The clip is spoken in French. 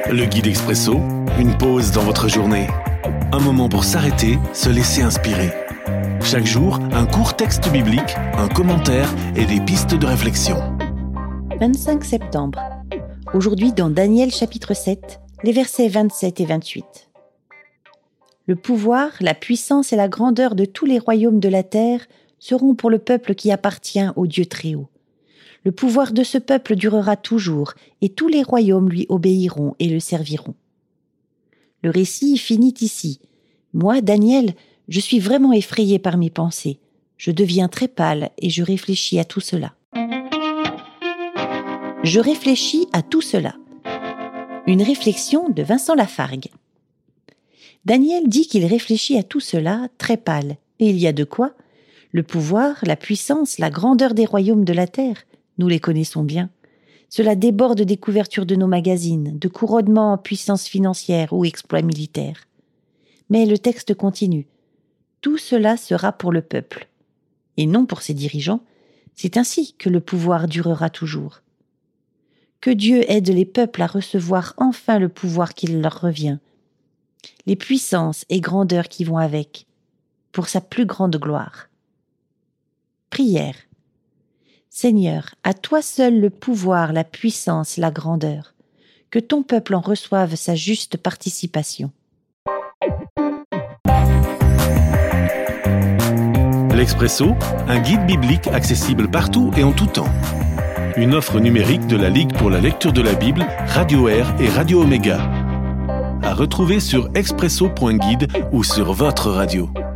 Le guide expresso, une pause dans votre journée. Un moment pour s'arrêter, se laisser inspirer. Chaque jour, un court texte biblique, un commentaire et des pistes de réflexion. 25 septembre. Aujourd'hui dans Daniel chapitre 7, les versets 27 et 28. Le pouvoir, la puissance et la grandeur de tous les royaumes de la terre seront pour le peuple qui appartient au Dieu Très-Haut. Le pouvoir de ce peuple durera toujours, et tous les royaumes lui obéiront et le serviront. Le récit finit ici. Moi, Daniel, je suis vraiment effrayé par mes pensées. Je deviens très pâle et je réfléchis à tout cela. Je réfléchis à tout cela. Une réflexion de Vincent Lafargue. Daniel dit qu'il réfléchit à tout cela très pâle. Et il y a de quoi ? Le pouvoir, la puissance, la grandeur des royaumes de la terre, nous les connaissons bien. Cela déborde des couvertures de nos magazines, de couronnements en puissance financière ou exploits militaires. Mais le texte continue. Tout cela sera pour le peuple, et non pour ses dirigeants. C'est ainsi que le pouvoir durera toujours. Que Dieu aide les peuples à recevoir enfin le pouvoir qui leur revient, les puissances et grandeurs qui vont avec, pour sa plus grande gloire. Prière. Seigneur, à toi seul le pouvoir, la puissance, la grandeur. Que ton peuple en reçoive sa juste participation. L'Expresso, un guide biblique accessible partout et en tout temps. Une offre numérique de la Ligue pour la lecture de la Bible, Radio Air et Radio Omega. À retrouver sur expresso.guide ou sur votre radio.